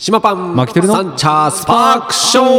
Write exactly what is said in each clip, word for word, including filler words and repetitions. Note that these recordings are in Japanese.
島パンマキテルのサンチャースパークショー。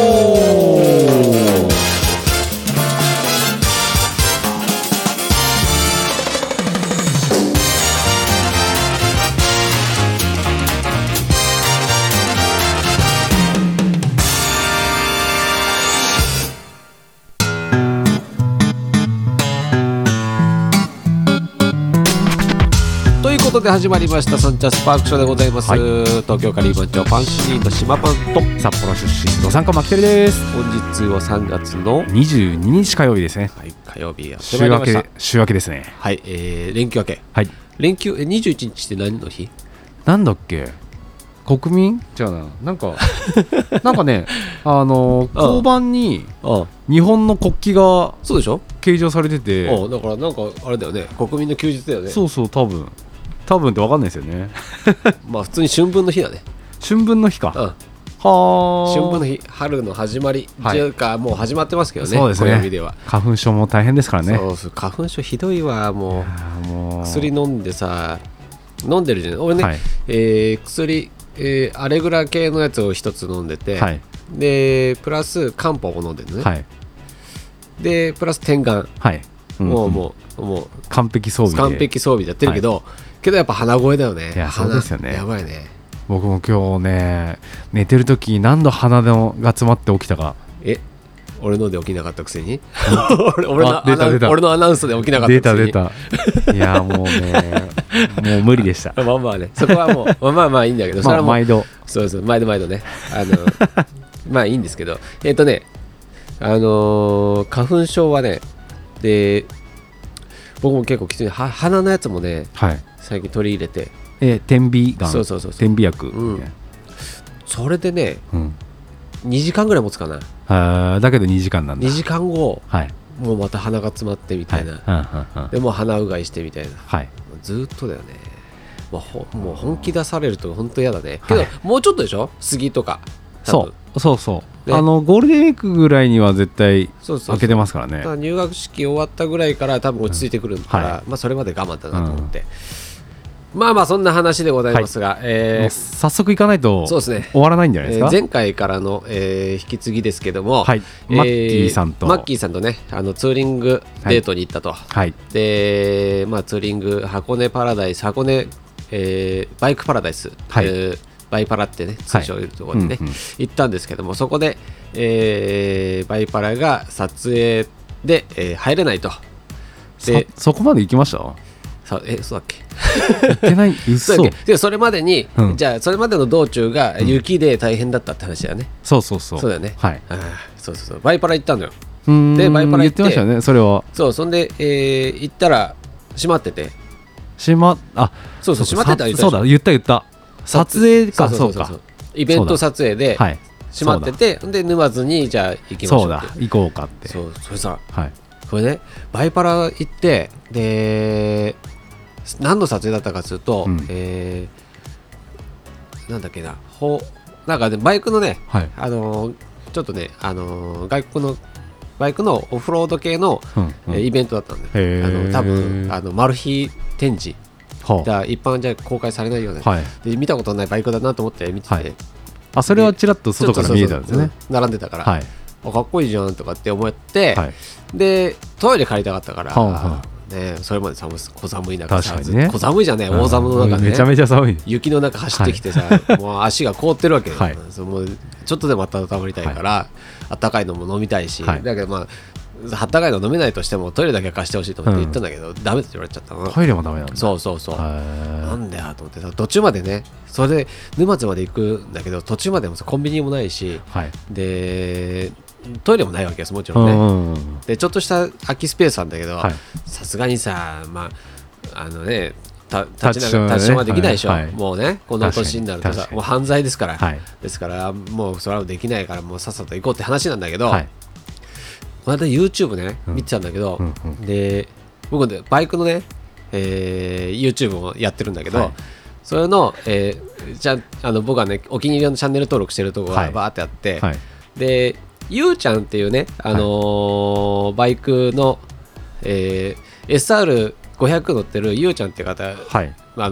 ということで始まりましたサンチャースパークショーでございます、はい、東京カリー番長パンシーンの島パンと札幌出身の参加マキテルです。 本日はさんがつのにじゅうににち火曜日ですね。 はい、火曜日や週明け週明けですね。 はい、えー、連休明け。 はい、 連休えにじゅういちにちって何の日？ なんだっけ？国民？違うな。なんかなんかね、あの交番に日本の国旗がそうでしょ？ 掲示されてて、 ああだからなんかあれだよね。国民の休日だよね。 そうそう多分。多分って分かんないですよねまあ普通に春分の日だね。 春分の日か、 うん、 はあ春分の日、春の始まり、はい、というかもう始まってますけどね。 そうですね。 暦では花粉症も大変ですからね。 そうそう、花粉症ひどいわ。もう、もう薬飲んでさ、飲んでるじゃない俺ね、はい、えー、薬、えー、アレグラ系のやつを一つ飲んでて、はい、でプラス漢方も飲んでるのね、はい、でプラス点眼、はい、うんうん、もうもうもう完璧装備で完璧装備でやってるけど、はい、けどやっぱ鼻声だよね。 いやそうですよね。 やばいね。 僕も今日ね寝てる時に何度鼻が詰まって起きたか。 え俺ので起きなかったくせに俺, 俺, の出た出た俺のアナウンスで起きなかったくせに出た出たいやもうねもう無理でしたまあまあねそこはもうまあまあいいんだけどそれはもう、 まあ、毎度そうそう毎度毎度ねあのまあいいんですけどえっ、ー、とねあのー、花粉症はねで僕も結構きついは鼻のやつもね、はい、最近取り入れてえー、点鼻がんそうそうそう点鼻薬、 うん、それでね、うん、にじかんぐらい持つかな。 あだけどにじかんなんだ。 にじかんご、はい、もうまた鼻が詰まってみたいな、はい、でもう鼻うがいしてみたいな、はい、ずっとだよね。もう、ほもう本気出されると本当嫌だね、はい、けどもうちょっとでしょ杉とかそうそうそう、ね、あのゴールデンウィークぐらいには絶対開けてますからね。 そうそうそう、入学式終わったぐらいから多分落ち着いてくるから、うんはい、まあ、それまで我慢だなと思って、うん、まあまあそんな話でございますが、はい、えー、 早速行かないとそうですね、 終わらないんじゃないですか。 えー、前回からの、えー、引き継ぎですけども、はい、 えー、マッキーさんとマッキーさんとねあのツーリングデートに行ったと、はい、で、まあ、ツーリング箱根パラダイス箱根、えー、バイクパラダイス、はい、えーバイパラってね通称いるところにね、はい、うんうん、行ったんですけどもそこで、えー、バイパラが撮影で、えー、入れないと。 で そ, そこまで行きましたさえそうだっけ行ってない嘘そうだっけ。でそれまでに、うん、じゃあそれまでの道中が雪で大変だったって話だよね、うん、 そうそうそうそうだよね、 はい、 あそうそうそうバイパラ行ったのよ。 でバイパラ行って言ってましたよねそれは。 そうそんで、えー、行ったら閉まってて閉まあそうそう閉まってた。 そうだ言った言った撮影かそうかイベント撮影で閉まってて、で沼津にじゃあ行きましょうって。 そうだ行こうかって。 そうそれさ、 はい、 これねバイパラ行ってで何の撮影だったかというと、うん、えー、なんだっけなほなんかねバイクのね、はい、あのー、ちょっとねあのー、外国のバイクのオフロード系の、うんうん、えー、イベントだったんだよ。あの多分あのマル秘展示だ一般じゃ公開されないような、はい、で見たことないバイクだなと思って見てて、はい、 あそれはちらっと外から見えたんですね。そうそうそう、 並んでたから、はい、かっこいいじゃんとかって思って、はい、でトイレ借りたかったから、はあはあね、それまで寒小寒い中さ、ね、小寒いじゃねえ大寒の中ね、 めちゃめちゃ寒い雪の中走ってきてさ、はい、もう足が凍ってるわけよ、はい、もうちょっとでも温まりたいから、はい、あったかいのも飲みたいし、はい、だけどまああったかいの飲めないとしてもトイレだけ貸してほしいと思って言ったんだけど、うん、ダメって言われちゃったの。 トイレもダメなんだ。 そうそうそうなんだよと思ってさ途中までねそれで沼津まで行くんだけど途中までもコンビニもないし、はい、でトイレもないわけですもちろんね、うんうん、でちょっとした空きスペースなんだけどさすがにさまああのね立ちションはできないでしょ、はいはい、もうねこの年になるとさもう犯罪ですから、はい、ですからもうそれはできないからもうさっさと行こうって話なんだけど、はい、この間 YouTube ね見てたんだけど、うんうんうん、で僕ねバイクのね、えー、YouTube をやってるんだけど、はい、それの、えー、じゃあの僕はねお気に入りのチャンネル登録してるところがバーってあって、はい、でゆうちゃんっていうね、あのーはい、バイクの、えー、エスアールごひゃく 乗ってるゆうちゃんっていう方、はい、あの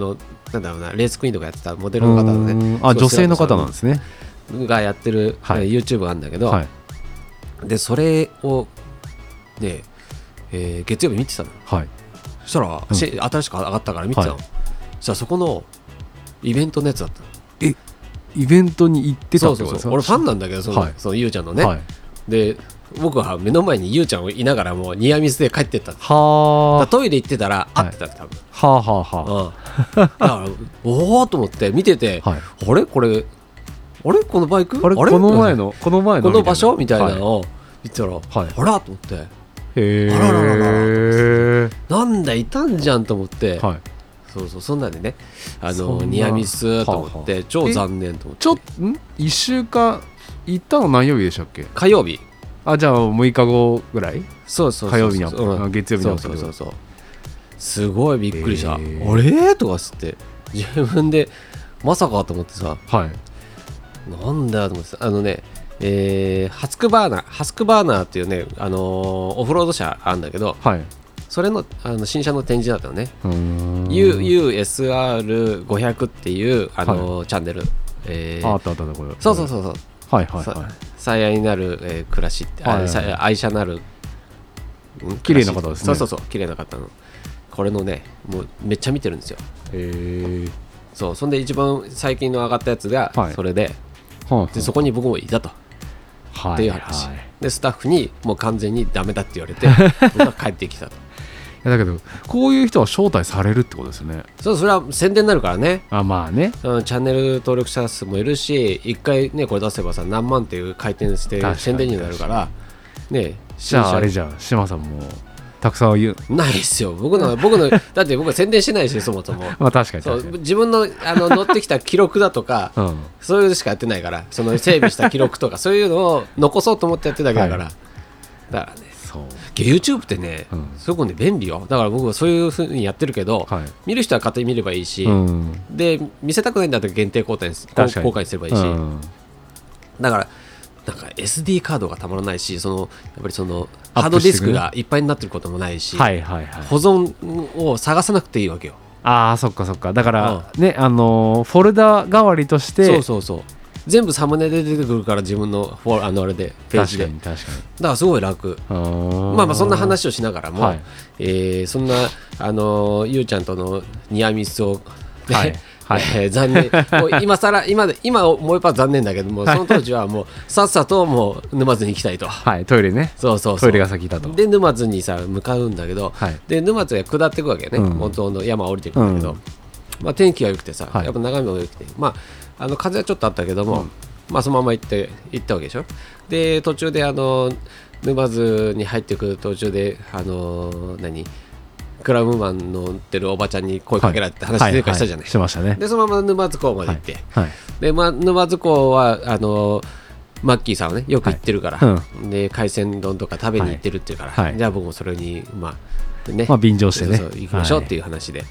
なんだろうなレースクイーンとかやってたモデルの方のね、 あ女性の方なんですねがやってる、はい、YouTube があるんだけど、はい、でそれをで、えー、月曜日見てたの、はい、そしたら、うん、新しく上がったから見てたの、はい、そしたらそこのイベントのやつだったの。 えイベントに行ってたってことですか？ そうそうそう俺ファンなんだけどその、はい、そのゆうちゃんのね、はい、で僕は目の前にゆうちゃんをいながらもうニアミスで帰ってったはトイレ行ってたら会ってた多分はあはあはあ、うん、だからおおと思って見てて、はい、あれこれあれこのバイクあれこの前のこの前のこの場所みたいなのを見てたら、はい、あらと思ってへえあららららなんだいたんじゃんと思って、はい、そうそうそんなんでねあのニアミスと思って、はあはあ、超残念と思ってちょっんいっしゅうかん行ったの何曜日でしたっけ？ 火曜日。 あじゃあむいかごぐらいそうそうそうそう火曜日に、うん、月曜日にそうそうそうそうすごいびっくりした、えー、あれとかつって自分でまさかと思ってさ、はい、なんだと思ってさあのねえー、ハスクバーナーハスクバーナーっていうね、あのー、オフロード車あるんだけど、はい、それ の, あの新車の展示だったのね ユーエスアールごひゃく っていう、あのーはい、チャンネル、えー、 ああったあったこれそうそうそうそうはいはいはい最愛になる、えー、暮らしって、はいはいはい、愛車なる綺麗な方ですね。 そうそうそう綺麗な方のこれのねもうめっちゃ見てるんですよ。 へえ。 そうそんで一番最近の上がったやつがそれで、はい、でそこに僕もいたと、はい、っていう話、はい、でスタッフにもう完全にダメだって言われて僕は帰ってきたとだけどこういう人は招待されるってことですね。 そうそれは宣伝になるからね。 あまあね、 うん、チャンネル登録者数もいるし一回ねこれ出せばさ何万っていう回転して宣伝になるからね。 じゃああれじゃん島さんもたくさん言うないですよ僕の僕のだって僕は宣伝してないしそもそもまあ確かにそう自分のあの乗ってきた記録だとか、うん、そういうのしかやってないからその整備した記録とかそういうのを残そうと思ってやってるだけだから、はい、だからねそう YouTube ってね、うん、すごくね便利よ。だから僕はそういうふうにやってるけど、はい、見る人は勝手に見ればいいし、うん、で見せたくないんだったら限定公開公開すればいいし、うん、だからなんか エスディー カードがたまらないしそのやっぱりそのハードディスクがいっぱいになってることもないし、はいはいはい、保存を探さなくていいわけよ。 ああそっかそっかだから、うん、ねあのー、フォルダ代わりとしてそうそうそう全部サムネで出てくるから自分のフォあのあれでページで確かに確かにだからすごい楽。あまあまあそんな話をしながらも、はいえー、そんなあのー、ゆうちゃんとのニアミスを、ねはいはいえー、残念もう今更今で今もう一発残念だけどもその当時はもうさっさともう沼津に行きたいと、 はい、トイレねそうそうそうトイレが先だとで沼津にさ向かうんだけど、はい、で沼津が下っていくわけね、うん、本当の山降りていくんだけど、うんまあ、天気が良くてさ、はい、やっぱ眺めも良くて、まあ、あの風はちょっとあったけども、うんまあ、そのまま行って行ったわけでしょ。で途中であの沼津に入ってくる途中であの何クラムマン乗ってるおばちゃんに声かけられて話前回したじゃない、はいはいはい、 しましたね。 でそのまま沼津港まで行って、はいはいでまあ、沼津港はあのマッキーさんはねよく行ってるから、はいうん、で海鮮丼とか食べに行ってるっていうから、はい、じゃあ僕もそれにまあね、 まあ、便乗してねそうそう行きましょうっていう話で、はい、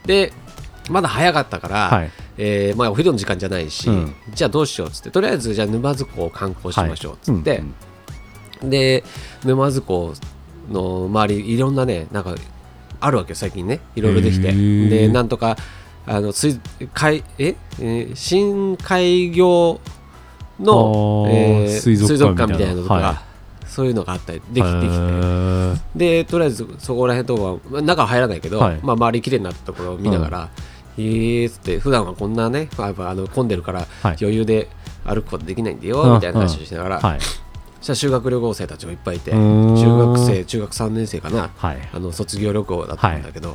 でまだ早かったから、はいえーまあ、お昼の時間じゃないし、うん、じゃあどうしようっつってとりあえずじゃあ沼津港を観光しましょうっつって、はいうん、で沼津港の周りいろんなねなんかあるわけよ最近ねいろいろできてでなんとかあの水海ええー、深海魚の、えー、水族館みたいなのとか、はい、そういうのがあったりできてきてでとりあえずそこら辺とか中は入らないけど、はいまあ、周りきれいになったところを見ながら、うんえーっつって普段はこんなねあの混んでるから余裕で歩くことできないんだよ、はい、みたいな話をしながら、うんうんはい、そしたら修学旅行生たちもいっぱいいて中学生中学さんねん生かな、はい、あの卒業旅行だったんだけど、はい、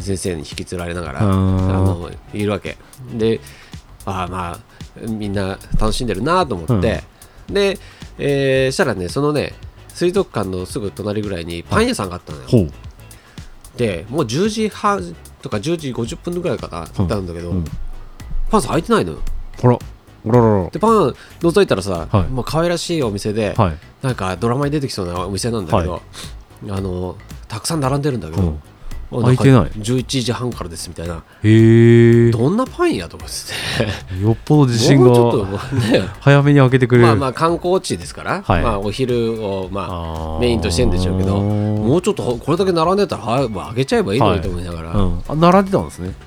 先生に引き連れられながらあのいるわけであまあみんな楽しんでるなと思って、うん、で、えー、したらねそのね水族館のすぐ隣ぐらいにパン屋さんがあったのよ、はい、でもうじゅうじはんとかじゅうじごじゅっぷんぐらいかな行ったんだけど、うんうん、パンさん開いてないのよ。 ほらほらららでパン覗いたらさ、はいまあ、可愛らしいお店で、はい、なんかドラマに出てきそうなお店なんだけど、はい、あのたくさん並んでるんだけど、 うん、開いてないじゅういちじはんからですみたいなへどんなパンやとかってよっぽど自信が早めに開けてくれるまあまあ観光地ですから、はいまあ、お昼をまあメインとしてるんでしょうけどもうちょっとこれだけ並んでたら早く開けちゃえばいいのにと思いながら、はいうん、あ並んでたんですね。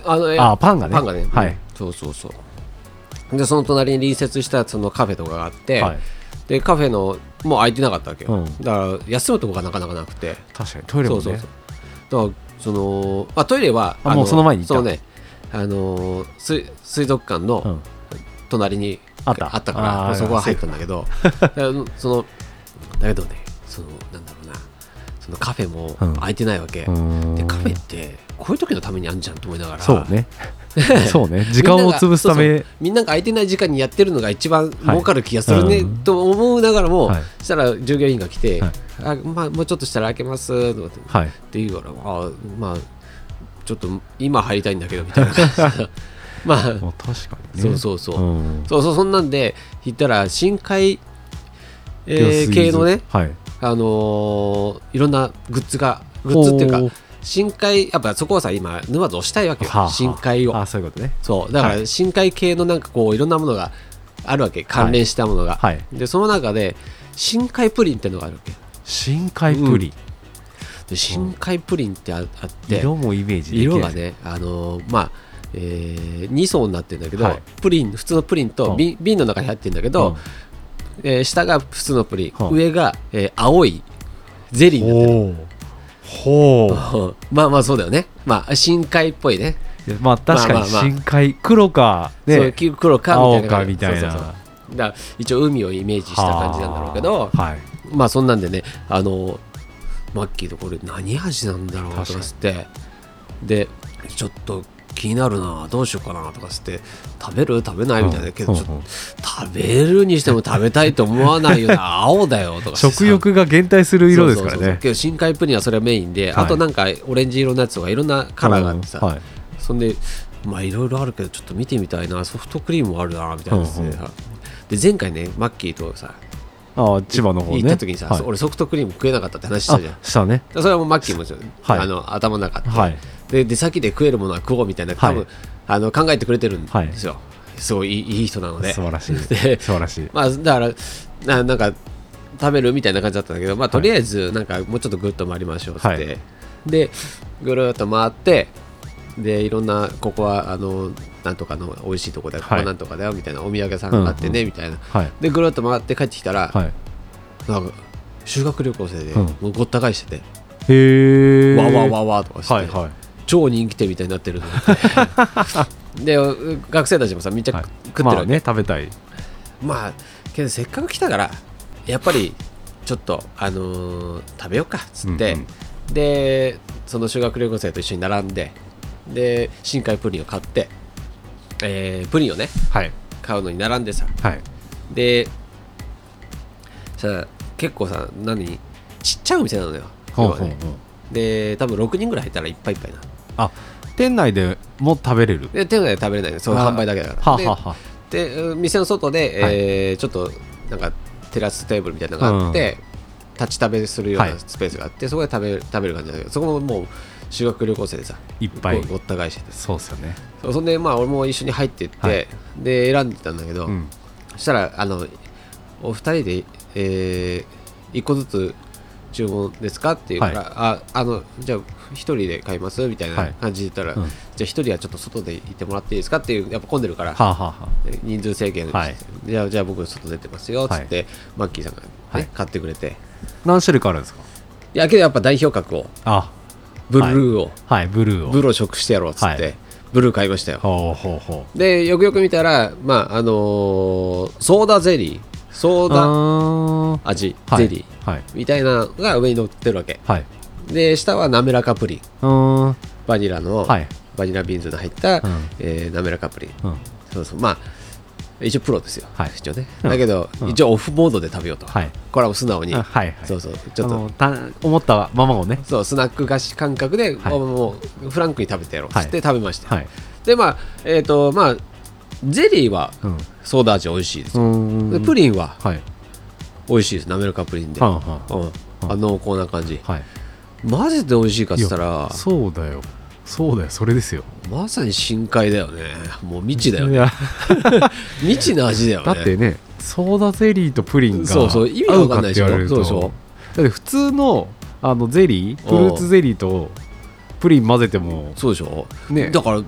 あのあパンがねパンがね、 はい、 そうそうそうでその隣に隣接したそのカフェとかがあって、はい、でカフェのもう空いてなかったわけよ、うん、だから休むとこがなかなかなくて確かにトイレもねそうそうそうだからその、まあ、トイレはあもうその前に行ったそのねあの水水族館の隣にあった、うん、あったからそこは入ったんだけどそのだけどねそのなんだろうなそのカフェも空いてないわけ、うん、でカフェってこういう時のためにあんじゃんと思いながらそうねそうね時間を潰すためそうそうみんなが空いてない時間にやってるのが一番儲かる気がするね、はい、と思いながらも、はい、そしたら従業員が来て、はい、あまあ、もうちょっとしたら開けますとかって、はい、って言うからあまあちょっと今入りたいんだけどみたいなまあ、 まあ確かにねそうそうそう、うん、そうそうそんなんで言ったら深海、えー、系のね、はい、あのー、いろんなグッズがグッズっていうか深海やっぱそこはさ今沼津押したいわけよ、はあはあ、深海をあそういうことねそうだから深海系のなんかこういろんなものがあるわけ関連したものが、はいはい、でその中で深海プリンっていうのがあるわけ深海プリン、うんで深海プリンってあって色もイメージできる色がねあのー、まあ、えー、に層になってるんだけど、はい、プリン普通のプリンと瓶、瓶の中に入ってるんだけど、うんえー、下が普通のプリン、うん、上が、えー、青いゼリーになってるほうまあまあそうだよねまあ深海っぽいねまあ確かに深海黒か、 ね、そう黒か青かみたいなそうそうそうだ一応海をイメージした感じなんだろうけど、はい、まあそんなんでねあのマッキーとこれ何味なんだろうとかつってでちょっと気になるなどうしようかなとかつって食べる食べないみたいなけど、うんうんうん、食べるにしても食べたいと思わないような青だよとか食欲が減退する色ですからねそうそうそうけど深海プリンはそれはメインで、はい、あとなんかオレンジ色のやつとかいろんなカラーがあってさ、うんはい、そんでまあいろいろあるけどちょっと見てみたいなソフトクリームもあるなみたいな、うんうん、で前回ねマッキーとさあ千葉の方ね行った時にさ、はい、俺ソフトクリーム食えなかったって話したじゃんしたねそれはもうマッキーも、はい、あの頭の中あって、はい、で出先で食えるものは食おうみたいな多分、はい、あの考えてくれてるんですよ、はい、すごいいい人なので素晴らしい素晴らしいまあだからななんか食べるみたいな感じだったんだけどまあとりあえずなんかもうちょっとぐっと回りましょうって、はい、でぐるっと回ってでいろんなここはあのなんとかの美味しいとこだよ、はい、ここなんとかだよみたいなお土産さんがあってね、うんうん、みたいな、はい、でぐるっと回って帰ってきたら、はい、なんか修学旅行生で、うん、もうごった返しててへーわわわわとかして、はいはい、超人気店みたいになってるので学生たちもさめっちゃ、はい、食ってるわけ、 まあね食べたいまあけどせっかく来たからやっぱりちょっとあのー、食べようかっつって、うんうん、でその修学旅行生と一緒に並んでで深海プリンを買って、えー、プリンをね、はい、買うのに並んでさ、はい、でさ結構さ何ちっちゃいお店なのよ、ほうほうほうで多分ろくにんぐらい入ったらいっぱいいっぱいなあ店内でも食べれるで店内で食べれないのそう販売だけだからはははで, で店の外で、はいえー、ちょっとなんかテラステーブルみたいなのがあって、うん、立ち食べするようなスペースがあって、はい、そこで食べる食べる感じだけどそこももう修学旅行生でさいっぱいごった返しててそうっすよねそ, そんでまあ俺も一緒に入っていって、はい、で選んでたんだけど、うん、そしたらあのお二人で、えー、いっこずつ注文ですかっていうから、はい、ああのじゃあ一人で買いますみたいな感じで言ったら、はいうん、じゃあ一人はちょっと外で行ってもらっていいですかっていうやっぱ混んでるから、はあはあ、人数制限、はい、じゃあじゃあ僕外出てますよっつって、はい、マッキーさんが、ねはい、買ってくれて何種類かあるんですかいやけどやっぱ代表格をあブルーを、はいはい、ブルーをブルーを食してやろうっつって、はい、ブルー買いましたよほうほうほうでよくよく見たらまああのー、ソーダゼリーソーダ味ゼリー、はい、みたいなのが上に乗ってるわけ、はい、で下は滑らかプリンバニラの、はい、バニラビーンズの入った、うんえー、滑らかプリン、うん、そうそうまあ一応プロですよ、はい、一応ね、うん、だけど、うん、一応オフモードで食べようと、はい、これは素直に、はいはい、そうそうちょっとた思ったままをねそうスナック菓子感覚で、はい、もうフランクに食べてやろうっつって食べました、はい、でまあえっ、ー、とまあゼリーはソーダ味美味しいですよ、うん、でプリンは美味しいです滑らかプリンで、はあはあ、濃厚な感じ、はい、マジで美味しいかっつったらそうだよそうだよそれですよまさに深海だよねもう未知だよね未知な味だよねだってねソーダゼリーとプリンがそうそう意味わかんないでしょそうでしょだって普通のあのゼリーフルーツゼリーとプリン混ぜてもそうでしょ、ね、だから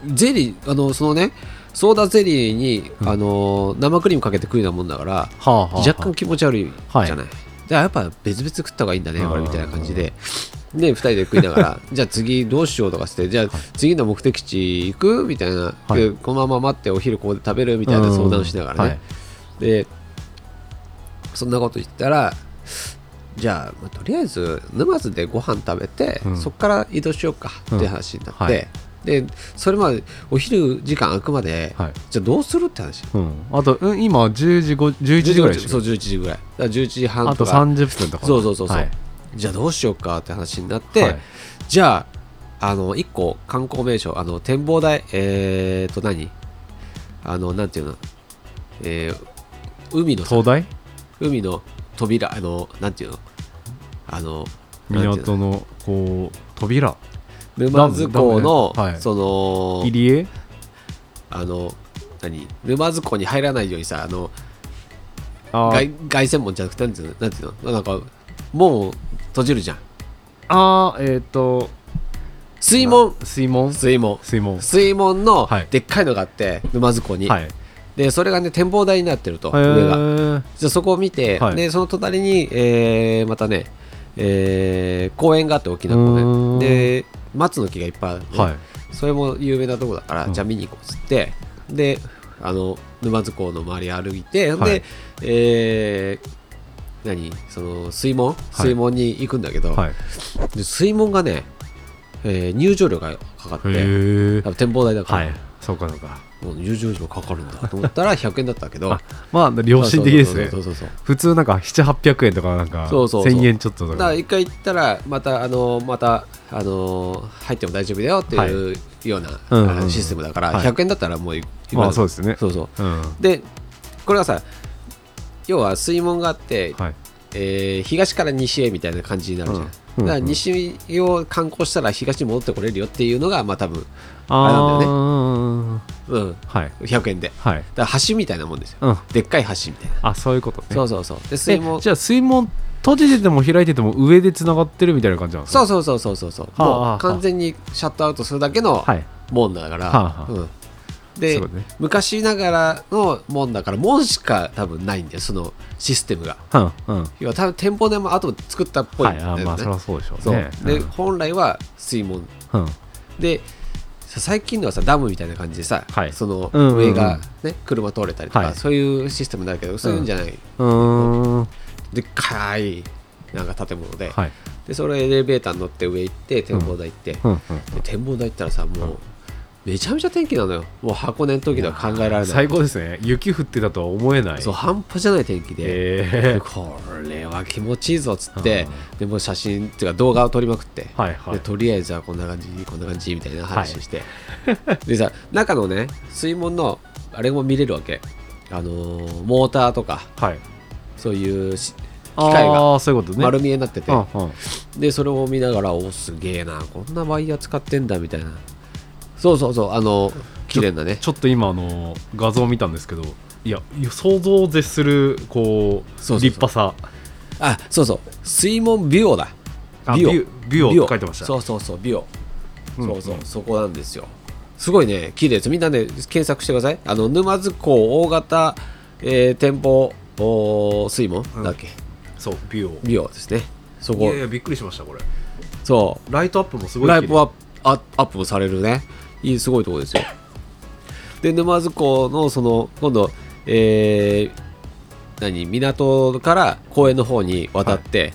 ゼリーあのそのねソーダゼリーに、うん、あの生クリームかけて食うようなもんだから、はあはあ、若干気持ち悪いじゃない、はい、じゃあやっぱ別々食った方がいいんだねこれみたいな感じででふたりで食いながらじゃあ次どうしようとかしてじゃあ次の目的地行くみたいな、はい、このまま待ってお昼ここで食べるみたいな相談をしながらね、はい、でそんなこと言ったらじゃあ、まあ、とりあえず沼津でご飯食べて、うん、そこから移動しようかって話になって、うんはい、でそれまでお昼時間空くまで、はい、じゃあどうするって話、 うん、あと、うん、今じゅうじじゅういちじぐらいでしょそうじゅういちじぐらいだからじゅういちじはんとかあとさんじゅっぷんとかそうそうそうそう、はい、じゃあどうしようかって話になって、はい、じゃああのいっこ観光名所あの展望台えーと何あのなんていうの、えー、海の灯台海の扉あのなんていうのあの港のこう扉沼津港の、はい、その入り江あの何沼津港に入らないようにさあのあ外外線門じゃなくてなんていうのなんていうのなんか門を閉じるじゃんあーえっ、ー、と水門水門水門水門水門のでっかいのがあって、はい、沼津港に、はい、でそれがね展望台になってると上がじゃそこを見て、はい、でその隣に、えー、またね、えー、公園があって大きな公園で松の木がいっぱいある、ねはい、それも有名なとこだから、うん、じゃあ見に行こうっつってであの沼津港の周り歩いて、はい、で、えー、何その水門水門に行くんだけど、はい、で水門がね、えー、入場料がかかって展望台だから、はい、 そうかそうか入場料かかるんだと思ったらひゃくえんだったけどまあ良心的ですね普通なんかななひゃくはっぴゃくえんとかなんかせんえんちょっととかだから一回行ったらまたあのまたあの入っても大丈夫だよっていうような、はい、システムだから、はい、ひゃくえんだったらもうまあそうですねそうそう、うん、でこれはさ要は水門があって、はいえー、東から西へみたいな感じになるじゃん、うんだから西を観光したら東に戻ってこれるよっていうのがまあ多分あれなんだよねうん、はい、ひゃくえんで、はい、だから橋みたいなもんですよ、うん、でっかい橋みたいなあそういうことねそうそうそうで水門じゃあ水門閉じてても開いてても上でつながってるみたいな感じなんですかそうそうそうそうそうそうもう完全にシャットアウトするだけの門だから、はい、うんで、ね、昔ながらの門だから門しか多分ないんだよそのシステムが、うんうん、要は多分店舗でも後で作ったっぽいんだよね、はい、あまあそりゃそうでしょうねそうで、うん、本来は水門、うん、で最近のはさダムみたいな感じでさ、はい、その上が、ね、車通れたりとか、はい、そういうシステムだけどそういうんじゃない、うん、でっかいなんか建物で、はい、でそれエレベーターに乗って上行って展望台行って、うんうんうん、で展望台行ったらさもう、うんめちゃめちゃ天気なのよもう箱根の時では考えられない最高ですね雪降ってたとは思えないそう半端じゃない天気で、えー、これは気持ちいいぞっつってでも写真っていうか動画を撮りまくって、はいはい、でとりあえずはこんな感じこんな感じみたいな話して、はい、でさ中のね水門のあれも見れるわけあのー、モーターとか、はい、そういう機械が丸見えになってて、ね、でそれを見ながらおすげえなこんなワイヤー使ってんだみたいなそうそうそうあの綺麗なねちょっと今あの画像を見たんですけどいや想像を絶するこうそうそうそう立派さあそうそう水門ビオだビオビオって書いてましたそうそうそうビオ、うん、そうそう、うん、そこなんですよすごいね綺麗ですみんなね検索してくださいあの沼津港大型、えー、店舗水門だっけ、うん、 そうビオビオですねそこいやいやびっくりしましたこれそうライトアップもすごいライトアップアップもされるねいいすごいところですよで沼津港のその今度、えー、何港から公園の方に渡って、はい、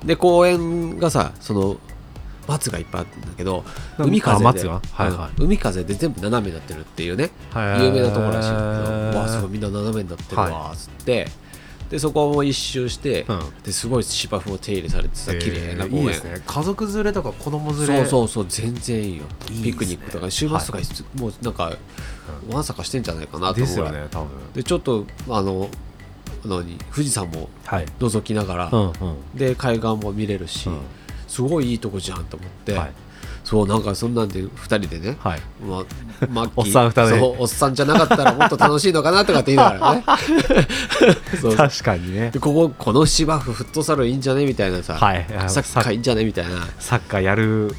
で公園がさその松がいっぱいあるんだけど海風で、はいはい、海風で全部斜めになってるっていうね有名なところらしいんだけどわあすごいみんな斜めになってるわっつって、はいでそこも一周して、うん、ですごい芝生も手入れされてさ綺麗な公園、いいですね家族連れとか子供連れそうそうそう全然いいよいい、ね、ピクニックとか週末とか、はい、もうなんかわんさかしてんじゃないかなと思うですよね多分でちょっとあの何富士山も覗きながら、はいうんうん、で海岸も見れるし、うん、すごいいいとこじゃんと思って、はいそうなんかそんなんでふたりでね、はいまま、 おっさんふたりそうおっさんじゃなかったらもっと楽しいのかなとかって言いながらねそう確かにねでこここの芝生フットサルいいんじゃねみたいなさ、はい、サッカーいいんじゃねみたいなサッカーやる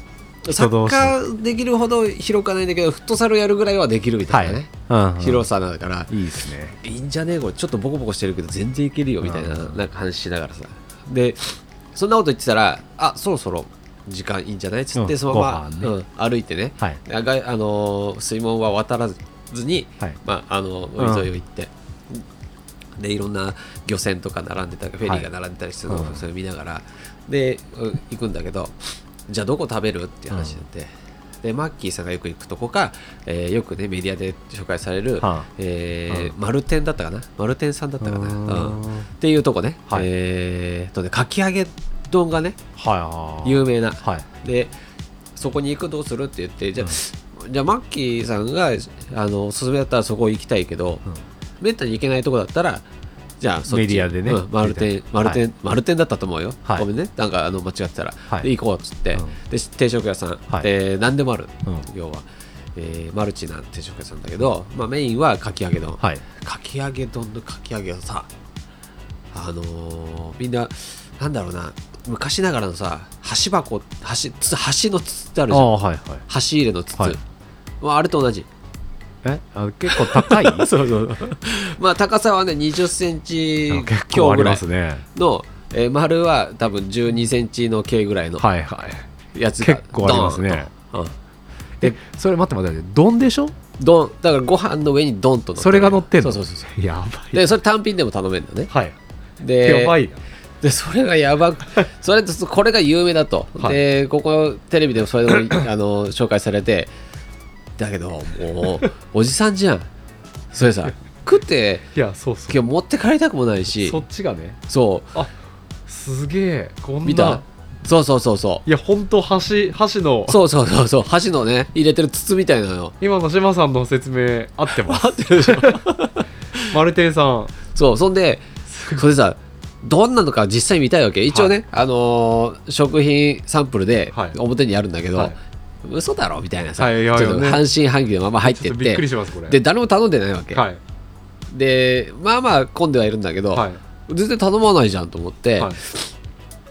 サッカーできるほど広くはないんだけどフットサルやるぐらいはできるみたいなね、はいうんうん、広さだからいいですね。 いいんじゃねえこれちょっとボコボコしてるけど全然いけるよみたいな、うん、なんか話しながらさでそんなこと言ってたらあそろそろ時間いいんじゃないっつって、うん、そのまま、ねうん、歩いてね、はい、あのー、水門は渡らずに、はいまあ、あの海沿いを行って、うん、でいろんな漁船とか並んでたりフェリーが並んでたりするのを、はい、それを見ながらで行くんだけどじゃあどこ食べるっていう話になって、うん、でマッキーさんがよく行くとこか、えー、よくねメディアで紹介される、はあえーうん、マルテンだったかなマルテンさんだったかな、うん、っていうとこね、はいえー、とねかき揚げ丼がね、はい、有名な、はい、でそこに行くどうするって言ってじゃあ、うん、じゃあマッキーさんがあのおすすめだったらそこ行きたいけど、うん、めったに行けないとこだったらじゃあそっちメディアでね、 うん、マルテンマルテン、はい、マルテンだったと思うよ、はい、ごめんねなんかあの間違ってたら、はい、で行こうっつって、うん、で定食屋さん、はい、で何でもある、うん、要は、えー、マルチな定食屋さんだけど、まあ、メインはかき揚げ丼、はい、かき揚げ丼のかき揚げをさあのー、みんななんだろうな昔ながらのさ箸箱箸箸の筒ってあるじゃん、はいはい、箸入れの筒、はい、あれと同じえあ結構高いそうそうまあ高さはねにじゅっセンチ強ぐらいの、ねえー、丸は多分じゅうにセンチの径ぐらいのやつが結構ありますね、うん、えそれ待って待って丼でしょ丼だからご飯の上にドンと乗ってそれが乗ってんのそうそうそうやばいでそれ単品でも頼めるんだねはいでやばいなでそれがやばくそれとこれが有名だと、はい、でここテレビでもそれでもあの紹介されてだけどもうおじさんじゃんそれさ食っていやそうそう今日持って帰りたくもないしそっちがねそうあすげえこんな見たそうそうそうそういや本当箸箸のそうそうそうそう箸のね入れてる筒みたいなの今の島さんの説明合ってます合ってるでしょマルテンさんそうそんでそれさどんなのか実際見たいわけ一応ね、はいあのー、食品サンプルで表にあるんだけど、はい、嘘だろみたいなさ、はい、ちょっと半信半疑のまま入ってってびっくりしますこれで誰も頼んでないわけ、はい、でまあまあ混んではいるんだけど、はい、全然頼まないじゃんと思って、はい、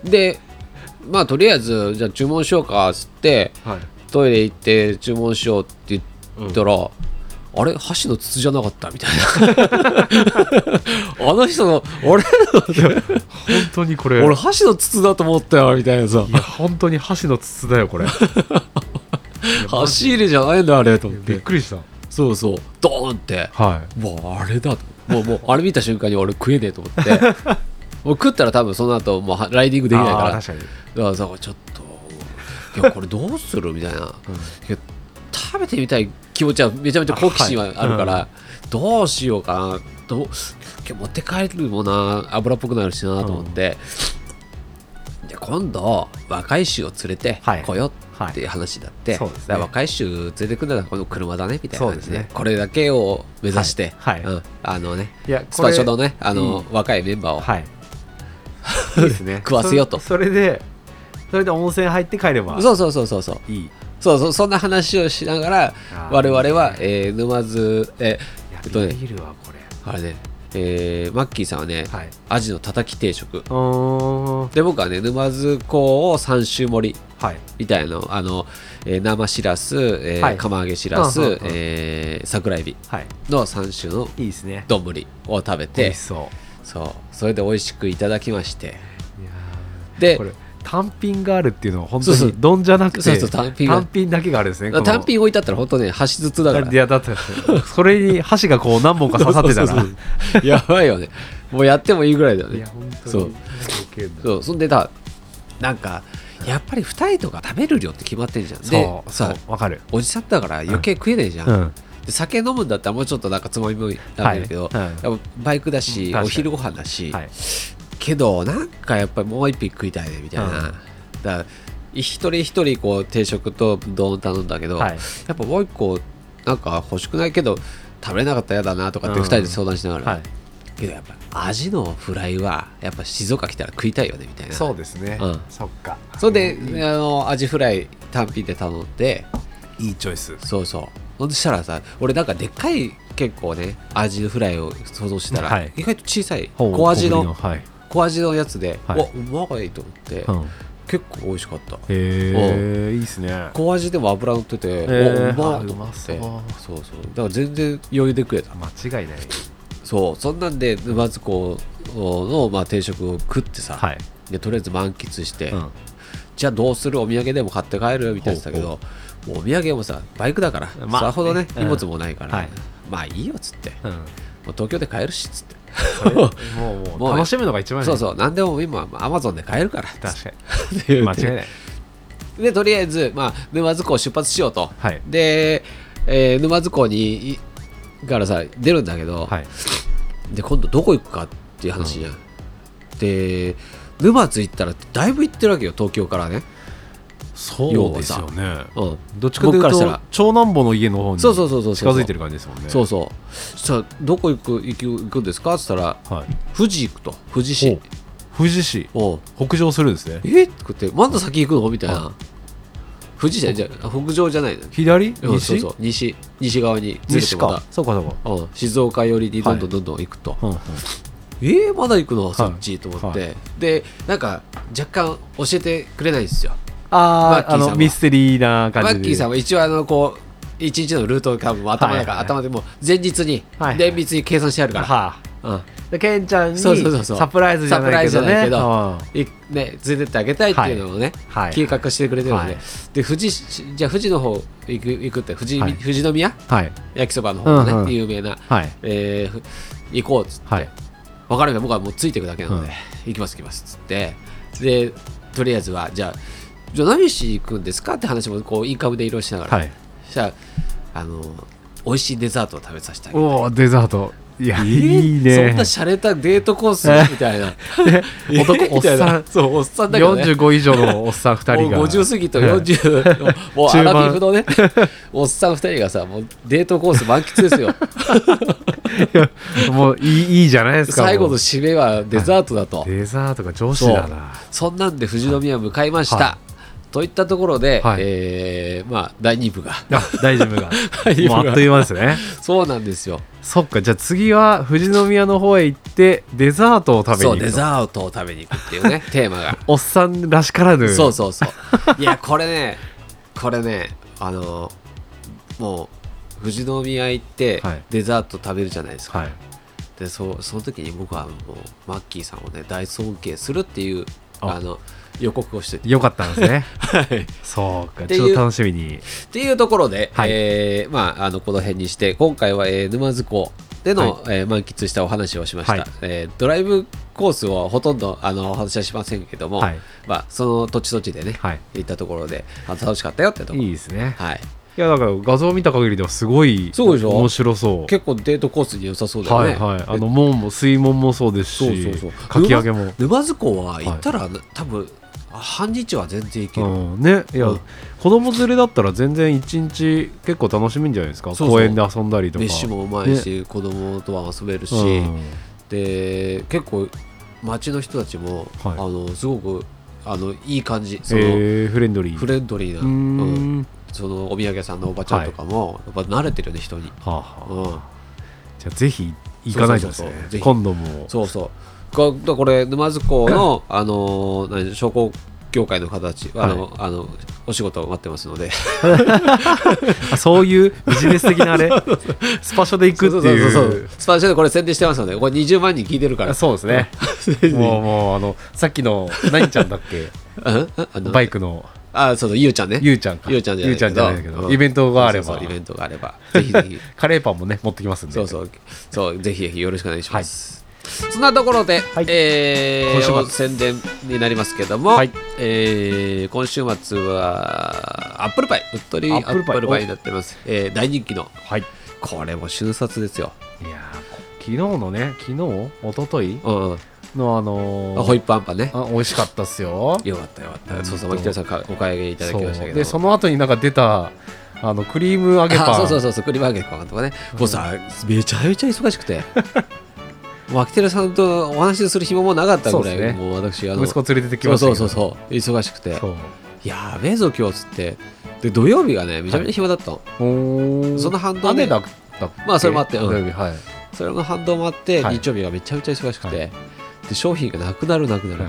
でまあとりあえずじゃあ注文しようかっつって、はい、トイレ行って注文しようって言ったら、うんあれ箸の筒じゃなかったみたいなあの人の俺本当にこれ俺箸の筒だと思ったよみたいなさいや本当に箸の筒だよこれ箸入れじゃないんだあれと思ってびっくりしたそうそうドーンって、はい、もうあれだともうもうあれ見た瞬間に俺食えねえと思ってもう食ったら多分その後もうライディングできないから確かにだからさちょっといやこれどうするみたいな、うん、いや食べてみたい気持ちはめちゃめちゃ好奇心はあるから、はいうん、どうしようかなどう今日持って帰るもな油っぽくなるしなと思って、うん、じゃあ今度若い衆を連れて来よっていう話だって、はいはいね、だから若い衆連れてくるならこの車だねみたいな感じで、ね、これだけを目指して、はいはいうん、あのねいやスパチョのねあの若いメンバーを、はい、いいですね食わせようとそれでそれで温泉入って帰ればそうそうそうそうそういいそうそうそんな話をしながら我々は、えー、沼津えー、っとねビールはこれあれね、えー、マッキーさんはね、はい、アジのたたき定食で僕はね沼津港をさん種盛りみたいなの、はい、あの、えー、生しらす、えーはい、釜揚げしらす、うんうんうんえー、桜エビのさん種の丼を食べて、 いいそう、 そうそれで美味しくいただきましていやでこれ単品があるっていうのは本当に丼じゃなくてそうそう単品単品だけがあるんですね単品置いてあったら本当ね箸ずつだからいやだってそれに箸がこう何本か刺さってたらそうそうそうやばいよねもうやってもいいぐらいだよねいや本当にそうそうそんでだなんかやっぱりふたりとか食べる量って決まってるじゃんでそうさ分かるおじさんだから余計食えねえじゃん、うんうんで酒飲むんだったらもうちょっとなんかつまみも食べるけど、はいはい、バイクだし、うん、お昼ご飯だし、はい、けどなんかやっぱりもう一品食いたいねみたいな、うん、だから一人一人こう定食と丼頼んだけど、はい、やっぱもう一個なんか欲しくないけど食べれなかったら嫌だなとかってふたりで相談しながら、うんはい、けどやっぱアジのフライはやっぱ静岡来たら食いたいよねみたいなそうですね、うん、そっかそれであのアジフライ単品で頼んでいいチョイスそうそうそしたらさ俺なんかでっかい結構ねアジフライを想像してたら、はい、意外と小さい小味の、はい、小味のやつで、はい、わうまいと思って、うん、 結構美味しかった。へえ、いいっすね。 小味でも油乗ってて、 えー、 おうまっと思って。そうそう、だから全然余裕で食えた。 間違いない。 そう、そんなんで沼津港の、まあ、定食を食ってさ、はい、でとりあえず満喫して、うん、じゃあどうする、お土産でも買って帰るよみたいな言ってたけど、もうお土産もさバイクだから、まあ、それほどね、荷物もないから、はい、まあいいよっつって、うん、もう東京で買えるしっつってもうもう楽しむのが一番いい。 そうそう、何でも今アマゾンで買えるから。 確かに間違いない。 でとりあえず、まあ、沼津港出発しようと、はい、で、えー、沼津港にからさ出るんだけど、はい、で今度どこ行くかっていう話じゃん、うん、で沼津行ったらだいぶ行ってるわけよ、東京からね。 そうですよね、うん、どっちかというと長南部の家の方に近づいてる感じですもんね。 そうそう、そしたらどこ行く行く行くんですかって言ったら、はい、富士行くと。富士市。 富士市北上するんですね。 えって言って、まだ先行くのみたいな。富士市じゃ北上じゃないの、 左西、うん、そうそう、西西側にずれてまた、 そうかそうか、 うん、静岡寄りにどんどんどんどん行くと、はい、うんうん、えー、まだ行くの、はい、そっちと思って、はい、でなんか若干教えてくれないんですよ。 ああ、あのミステリーな感じで。 マッキーさんは一応あのこう一日のルートを多分頭の中、はいはい、頭でもう前日に厳密に計算してあるから、はいはい、うん、でケンちゃんにサプライズじゃないけどね、ね、連れてってあげたいっていうのをね、はい、計画してくれてるので、はい、で富士、じゃあ富士の方行く行くって富士、はい、富士宮、はい、焼きそばの方のね、うんうん、有名な、はい、えー、行こうっつって、はい、分かるよ、僕はもうついていくだけなので、うん、行きます行きますっつって、でとりあえずはじゃあじゃあ何しに行くんですかって話もこうインカムでいろいろしながら、はい、じゃあ、あの美味しいデザートを食べさせてあげたい。 おー、デザート、いや、いいね。 そんな洒落たデートコースみたいな男おっさん、 そうおっさんだけどね、 よんじゅうご以上のおっさんふたりがもうごじゅう過ぎとよんじゅうもうアラビフのねおっさんふたりがさ、もうデートコース満喫ですよもういい、いいじゃないですか。 最後の締めはデザートだと。 デザートが上司だな。 そ, そんなんで富士宮向かいました、はい、といったところで、はい、えーまあ、だいに部がだいに部がもうあっという間ですね。 そうなんですよ。 そっか、じゃあ次は富士宮の方へ行ってデザートを食べに行くと。 そう、デザートを食べに行くっていうねテーマがおっさんらしからぬ。 そうそうそういやこれねこれねあのもう富士宮行って、はい、デザート食べるじゃないですか、はい、で そ, その時に僕はもうマッキーさんをね大尊敬するっていうあの予告をしててよかったんですねはい、そうか、ちょっと楽しみにっていうところで、はい、えーまあ、あのこの辺にして今回は、えー、沼津港での、はい、えー、満喫したお話をしました、はい、えー、ドライブコースをほとんどあのお話はしませんけども、はい、まあ、その土地土地でね、はい、行ったところであ楽しかったよってところ。 いいですね、 はい、 いやだから画像を見た限りではすごい面白そう。 結構デートコースに良さそうだよね。 はいはい、あの門も水門もそうですし、そうそうそう、かき揚げも。 沼津港は行ったら、はい、多分半日は全然行ける、 うん、ね、いや、うん、子供連れだったら全然一日結構楽しみんじゃないですか。そうそう、公園で遊んだりとか、 飯もうまいし、ね、子供とは遊べるし、うん、で結構街の人たちも、はい、あのすごくあのいい感じ、その、 えー、フレンドリーフレンドリーな、うん、そのお土産屋さんのおばちゃんとかも、はい、やっぱ慣れてるよね人に、はあはあ、うん、 じゃあぜひ行かないとですね。今度もそうそうこれ沼津港のあの何商工業界の方たち、はい、あのあのお仕事を待ってますのでそういうビジネス的なあれスパショで行くっていう、そうそうそうそう、 スパショでこれ宣伝してますので、これにじゅうまんにん聞いてるから。 そうですねもうもうあのさっきの何ちゃんだっけバイクのあ、そうそう、ゆうちゃんね。 ゆうちゃんか。 ゆうちゃんじゃないけど、 ゃんけどうん、イベントがあれば。 そうそうそう、イベントがあれば。ぜひぜひ。 カレーパンもね、持ってきますんで。 そうそう。そう、ぜひぜひよろしくお願いします。はい、そんなところで、はい、えー、今週末宣伝になりますけども、はい、えー、今週末は、アップルパイ、うっとりアップルパイになってます。えー、大人気の。はい。これも瞬殺ですよ。 いや昨日のね、昨日一昨日うん。のあのー、 ホイップアンパンね、 あ美味しかったっすよ。 よかったよかった。そうそう、牧田さんお買い上げいただきましたけど、 でその後になんか出たあのクリーム揚げパン、 そうそうそうそう、クリーム揚げパンとかね、うん、もうさめちゃめちゃ忙しくて牧寺さんとお話しする暇もなかったぐらい、ね、もう私あの息子連れてきましたけど、 そうそうそうそう忙しくて、やべえぞ今日っつって、で土曜日がねめちゃめちゃ暇だったの、はい、その反動で雨だったっけ、 まあそれもあって、うん、 土曜日、はい、 それの反動もあって、はい、日曜日がめちゃめちゃ忙しくて、はい、で商品がなくなるなくなる、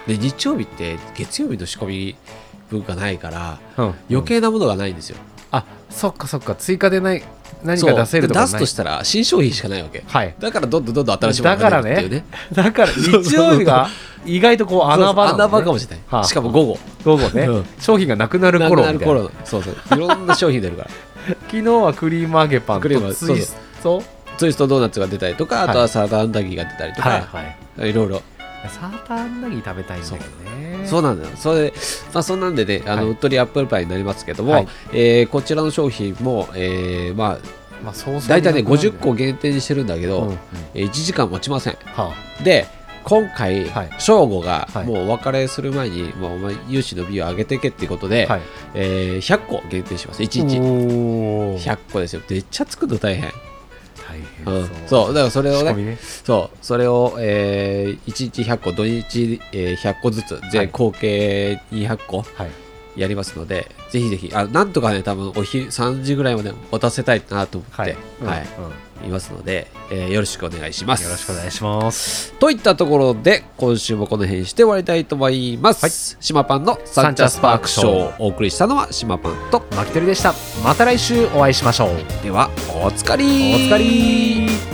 で日曜日って月曜日の仕込み分がないから、 うん、 余計なものがないんですよ。 あ、そっかそっか、追加でない何か出せるとかない。 出すとしたら新商品しかないわけ、 はい、 だからどんどんどんどん新しいものが出るっていうね。 だからね、だから日曜日が意外とこう穴場なの、ね、 穴場かもしれない、はあ、しかも午後午後ね、うん、商品がなくなる頃みたいな、なくなる頃、 そうそういろんな商品出るから昨日はクリーム揚げパンとツイストツイストドーナツが出たりとか、はい、あとはサーターアンダギーが出たりとか、はいはい、いろいろサーターアンダギー食べたいんだけどね。 そうなんだよ。それで、まあ、そんなんでね、あの、はい、うっとりアップルパイになりますけども、はい、えー、こちらの商品も、えー、まあ、まあ、そうそう大体ねごじゅっこ限定にしてるんだけど、うんうん、えー、いちじかん持ちません、はあ、で今回、はい、正午がもうお別れする前に、はい、もうお前融資の美を上げてけっていうことで、はい、えー、ひゃっこ限定します。いちにちひゃっこですよ。めっちゃ作るの大変大変、うん、 そうだからそれを ね, ねそうそれを、えー、いちにちひゃっこ土日、えー、ひゃっこずつ全合計にひゃっこやりますので、はい、ぜひぜひあなんとかね多分お昼さんじぐらいまで持たせたいなと思って、はいはいうん、いますので、えー、よろしくお願いします。 よろしくお願いします。 といったところで今週もこの辺して終わりたいと思います、はい、島パンのサンチャスパークショーをお送りしたのは島パンとマキトリでした。また来週お会いしましょう。 ではおつかりおつかり。